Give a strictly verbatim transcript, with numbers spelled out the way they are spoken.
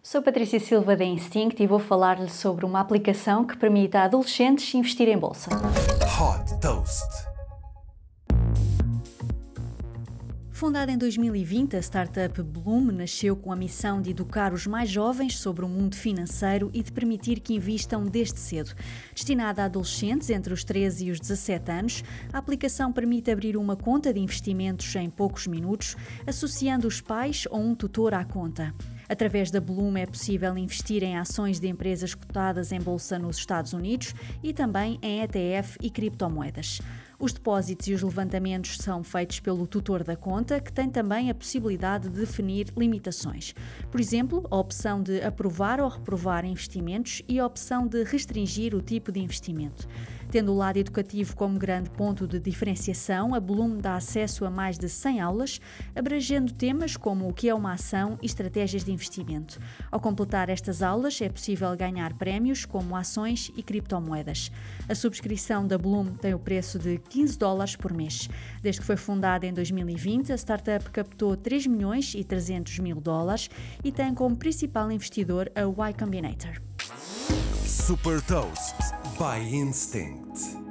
Sou Patrícia Silva da Instinct e vou falar-lhe sobre uma aplicação que permite a adolescentes investir em bolsa. Hot Toast. Fundada em dois mil e vinte, a startup Bloom nasceu com a missão de educar os mais jovens sobre o mundo financeiro e de permitir que invistam desde cedo. Destinada a adolescentes entre os treze e os dezassete anos, a aplicação permite abrir uma conta de investimentos em poucos minutos, associando os pais ou um tutor à conta. Através da Bloom é possível investir em ações de empresas cotadas em bolsa nos Estados Unidos e também em E T F e criptomoedas. Os depósitos e os levantamentos são feitos pelo tutor da conta, que tem também a possibilidade de definir limitações. Por exemplo, a opção de aprovar ou reprovar investimentos e a opção de restringir o tipo de investimento. Tendo o lado educativo como grande ponto de diferenciação, a Bloom dá acesso a mais de cem aulas, abrangendo temas como o que é uma ação e estratégias de investimento. Ao completar estas aulas, é possível ganhar prémios como ações e criptomoedas. A subscrição da Bloom tem o preço de quinze dólares por mês. Desde que foi fundada em dois mil e vinte, a startup captou três milhões e trezentos mil dólares e tem como principal investidor a Y Combinator. Super Toast by Instinct.